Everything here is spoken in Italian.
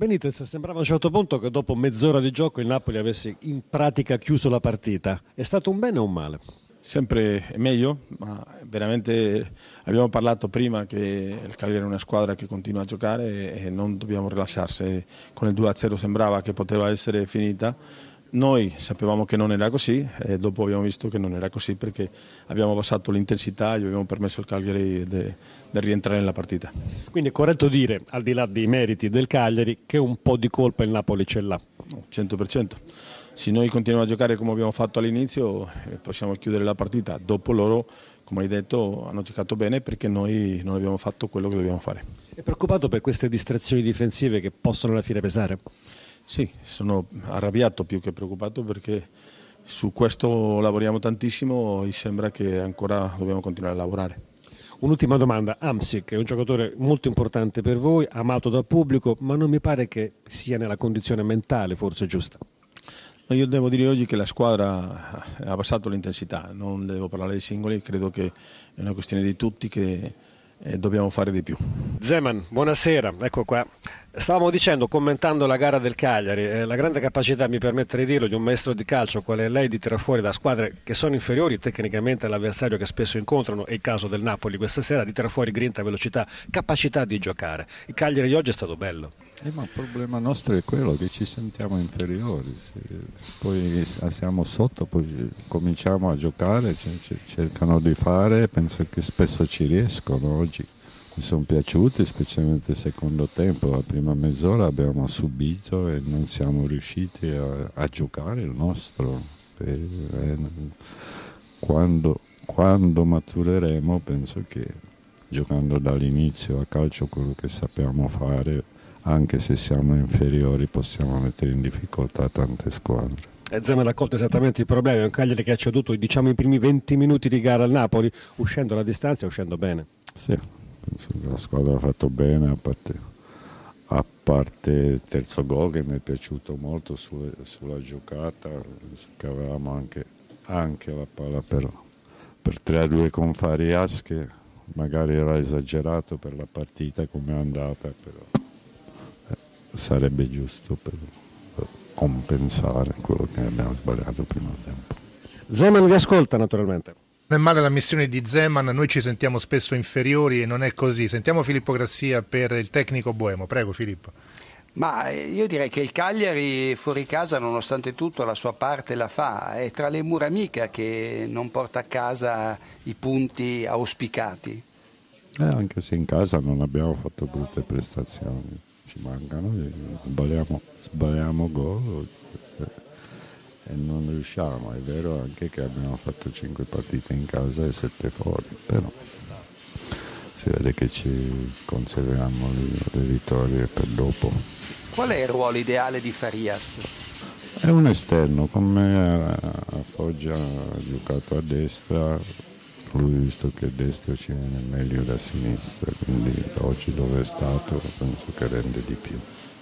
Benitez, sembrava a un certo punto che dopo mezz'ora di gioco il Napoli avesse in pratica chiuso la partita. È stato un bene o un male? Sempre è meglio, ma veramente abbiamo parlato prima che il Cagliari è una squadra che continua a giocare e non dobbiamo rilassarsi. Con il 2-0 sembrava che poteva essere finita. Noi sapevamo che non era così e dopo abbiamo visto che non era così perché abbiamo abbassato l'intensità e gli abbiamo permesso al Cagliari di rientrare nella partita. Quindi è corretto dire, al di là dei meriti del Cagliari, che un po' di colpa il Napoli ce l'ha. 100%. Se noi continuiamo a giocare come abbiamo fatto all'inizio possiamo chiudere la partita. Dopo loro, come hai detto, hanno giocato bene perché noi non abbiamo fatto quello che dobbiamo fare. È preoccupato per queste distrazioni difensive che possono alla fine pesare? Sì, sono arrabbiato più che preoccupato perché su questo lavoriamo tantissimo e sembra che ancora dobbiamo continuare a lavorare. Un'ultima domanda, Hamsik è un giocatore molto importante per voi, amato dal pubblico, ma non mi pare che sia nella condizione mentale forse giusta. Ma io devo dire oggi che la squadra ha abbassato l'intensità, non devo parlare dei singoli, credo che è una questione di tutti che dobbiamo fare di più. Zeman, buonasera, ecco qua. Stavamo dicendo, commentando la gara del Cagliari, la grande capacità, mi permette di dirlo, di un maestro di calcio, quale è lei, di tirare fuori da squadre che sono inferiori tecnicamente all'avversario che spesso incontrano, è il caso del Napoli questa sera, di tirare fuori grinta, velocità, capacità di giocare. Il Cagliari di oggi è stato bello. Ma il problema nostro è quello che ci sentiamo inferiori, poi siamo sotto, poi cominciamo a giocare, cercano di fare, penso che spesso ci riescono. Oggi mi sono piaciuti, specialmente il secondo tempo, la prima mezz'ora abbiamo subito e non siamo riusciti a giocare il nostro. Quando matureremo penso che giocando dall'inizio a calcio quello che sappiamo fare, anche se siamo inferiori, possiamo mettere in difficoltà tante squadre. Zeman ha raccolto esattamente il problema, è un Cagliari che ha ceduto diciamo i primi 20 minuti di gara al Napoli, uscendo alla distanza e uscendo bene. Sì, penso che la squadra ha fatto bene, a parte il terzo gol che mi è piaciuto molto sulla giocata, penso che avevamo anche la palla per 3-2 con Farias, che magari era esagerato per la partita come è andata, però sarebbe giusto per compensare quello che abbiamo sbagliato prima tempo. Zeman vi ascolta naturalmente. Non è male la missione di Zeman, noi ci sentiamo spesso inferiori e non è così. Sentiamo Filippo Grassia per il tecnico boemo. Prego Filippo. Ma io direi che il Cagliari fuori casa, nonostante tutto, la sua parte la fa. È tra le mura amiche che non porta a casa i punti auspicati. Anche se in casa non abbiamo fatto brutte prestazioni, ci mancano, sbagliamo gol e non riusciamo. È vero anche che abbiamo fatto 5 partite in casa e 7 fuori, però si vede che ci conserviamo le vittorie per dopo. Qual è il ruolo ideale di Farias? È un esterno, come a Foggia ha giocato a destra, lui visto che a destra ci viene meglio da sinistra, quindi oggi dove è stato penso che rende di più.